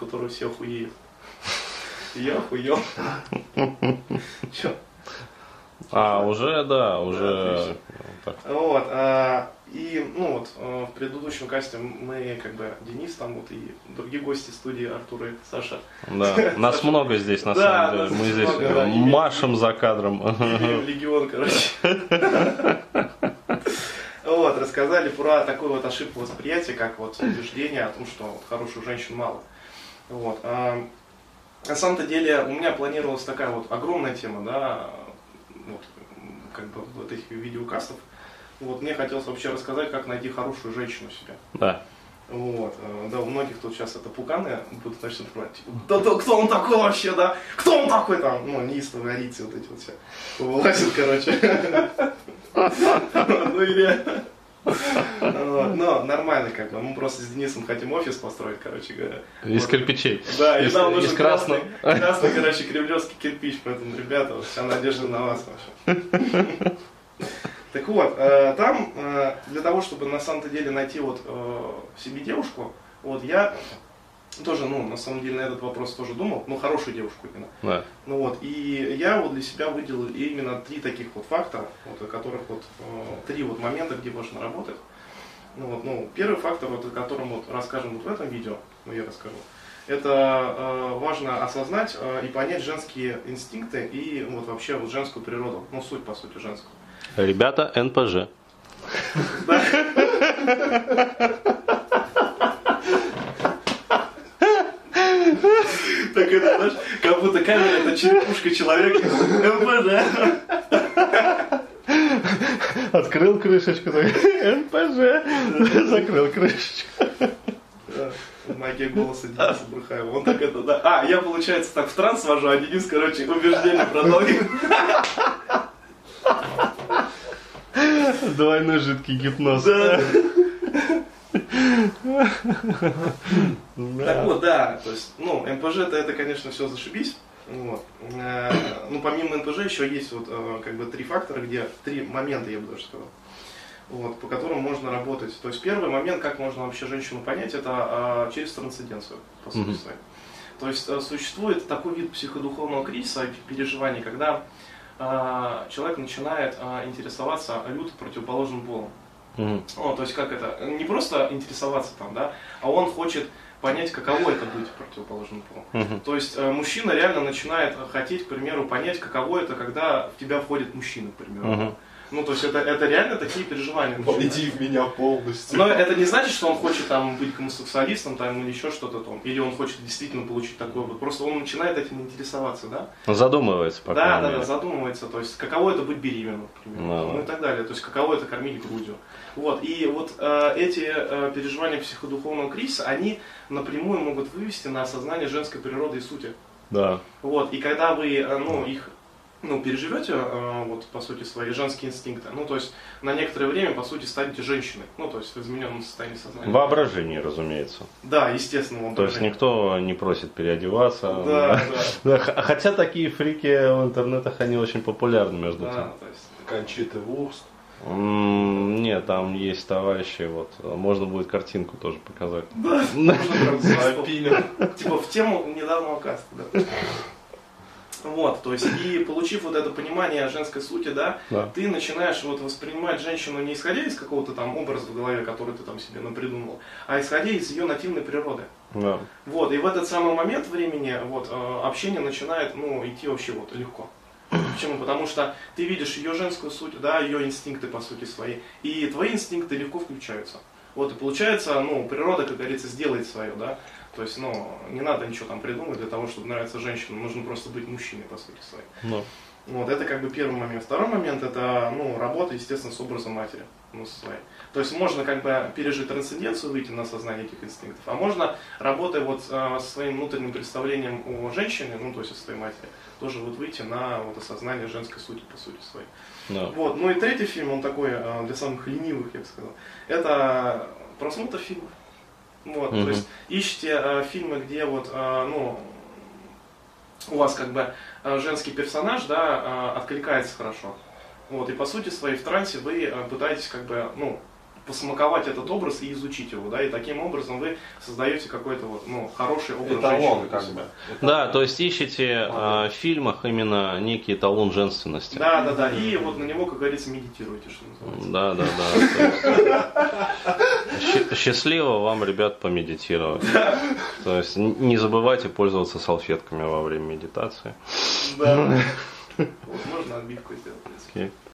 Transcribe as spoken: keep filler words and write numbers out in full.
которого все охуеют. Я охуел. Че? А, уже, да, уже. Да, вот, а, и, ну вот, в предыдущем касте мы, как бы, Денис там вот и другие гости студии, Артур и Саша. Да, нас Саша. Много здесь, на да, самом деле. Мы здесь много, да, машем за кадром. Легион, короче. Вот, рассказали про такую вот ошибку восприятия, как вот убеждение о том, что вот, хороших женщин мало. Вот. А, на самом-то деле у меня планировалась такая вот огромная тема, да, вот, как бы вот этих видеокастов. Вот, мне хотелось вообще рассказать, как найти хорошую женщину себе. Да. Вот, да, у многих тут сейчас это пуканы будут начать спрашивать, типа, да, да, кто он такой вообще, да? Кто он такой там? Ну, неистово горите вот эти вот все. Вылазит, короче. Ну или... Но нормально как бы, мы просто с Денисом хотим офис построить, короче говоря. Из кирпичей. Да, и нам нужен красного. Красный, короче, кремлевский кирпич, поэтому, ребята, вся надежда на вас вообще. Так вот, там для того, чтобы на самом-то деле найти вот себе девушку, вот я тоже, ну, на самом деле на этот вопрос тоже думал, ну, хорошую девушку именно. Да. Ну вот, и я вот для себя выделил именно три таких вот фактора, вот, о которых вот, три вот момента, где можно работать. Ну, вот, ну, первый фактор, вот, о котором вот расскажем вот в этом видео, ну, я расскажу, это э, важно осознать э, и понять женские инстинкты и вот вообще вот женскую природу, ну, суть, по сути, женскую. Ребята, эн пэ жэ. Так это, знаешь, как будто камера это черепушка человека. эн пэ жэ. Открыл крышечку, эн пэ жэ. Закрыл крышечку. Магия голоса Дениса Бурхаева. Он так это, да. А, я, получается, так в транс вожу, а Денис, короче, убеждение продолжит. Двойной жидкий гипноз. Да. Так вот, да, то есть, ну, эн пэ жэ это, это, конечно, все зашибись. Вот. Ну, помимо эн пэ жэ еще есть вот, как бы, три фактора, где, три момента, я бы даже сказал, вот, по которым можно работать. То есть, первый момент, как можно вообще женщину понять, это через трансценденцию, по сути mm-hmm. своей. То есть, существует такой вид психодуховного кризиса, переживаний, когда человек начинает интересоваться люто противоположным полом. Mm-hmm. О, то есть как это, не просто интересоваться там, да, а он хочет понять, каково это быть противоположным полом. Mm-hmm. То есть э, мужчина реально начинает хотеть, к примеру, понять, каково это, когда в тебя входит мужчина, к примеру. Mm-hmm. Ну, то есть это, это реально такие переживания. Войди в меня полностью. Но это не значит, что он хочет там быть гомосексуалистом там, или еще что-то там. Или он хочет действительно получить такое вот. Просто он начинает этим интересоваться, да? Он задумывается, по Да, да, да, задумывается. То есть каково это быть беременным, к примеру. No. Ну и так далее. То есть каково это кормить грудью. Вот. И вот э, эти э, переживания психодуховного кризиса, они напрямую могут вывести на осознание женской природы и сути. Да. Вот. И когда вы, э, ну, их ну, переживете, э, вот, по сути, свои женские инстинкты, ну, то есть, на некоторое время, по сути, станете женщиной, ну, то есть, в измененном состоянии сознания. Воображение, разумеется. Да, естественно, воображение. То есть, никто не просит переодеваться. Да, да. Хотя такие фрики в интернетах, они очень популярны, между да, тем. То есть... Кончита Вурст. Нет, там есть товарищи, вот, можно будет картинку тоже показать. Да, типа в тему недавнего каста, да. Вот, то есть, и получив вот это понимание женской сути, да, да, ты начинаешь вот воспринимать женщину не исходя из какого-то там образа в голове, который ты там себе напридумал, а исходя из ее нативной природы. Да. Вот, и в этот самый момент времени вот, общение начинает, ну, идти вообще вот легко. Почему? Потому что ты видишь ее женскую суть, да, ее инстинкты по сути свои, и твои инстинкты легко включаются. Вот, и получается, ну, природа, как говорится, сделает свое, да. То есть, ну, не надо ничего там придумать для того, чтобы нравиться женщинам, нужно просто быть мужчиной, по сути своей. No. Вот, это как бы первый момент. Второй момент, это, ну, работа, естественно, с образом матери, ну, со своей. То есть, можно как бы пережить трансценденцию, выйти на осознание этих инстинктов, а можно, работая вот э, со своим внутренним представлением о женщине, ну, то есть, о своей матери, тоже вот выйти на вот осознание женской сути, по сути своей. No. Вот, ну и третий фильм, он такой, э, для самых ленивых, я бы сказал, это просмотр фильмов. Вот, mm-hmm. то есть ищите э, фильмы, где вот, э, ну, у вас как бы э, женский персонаж, да, э, откликается хорошо. Вот, и по сути своей в трансе вы э, пытаетесь как бы, ну, посмаковать этот образ и изучить его, да, и таким образом вы создаете какой-то вот, ну, хороший образ Эталон, женщины для как себя. бы. Да, то есть ищете э, в фильмах именно некий эталон женственности. Да, да, да, и вот на него, как говорится, медитируйте, что называется. Да, да, да. То есть, счастливо вам, ребят, помедитировать. То есть не забывайте пользоваться салфетками во время медитации. Да. Вот можно отбивку сделать. Окей.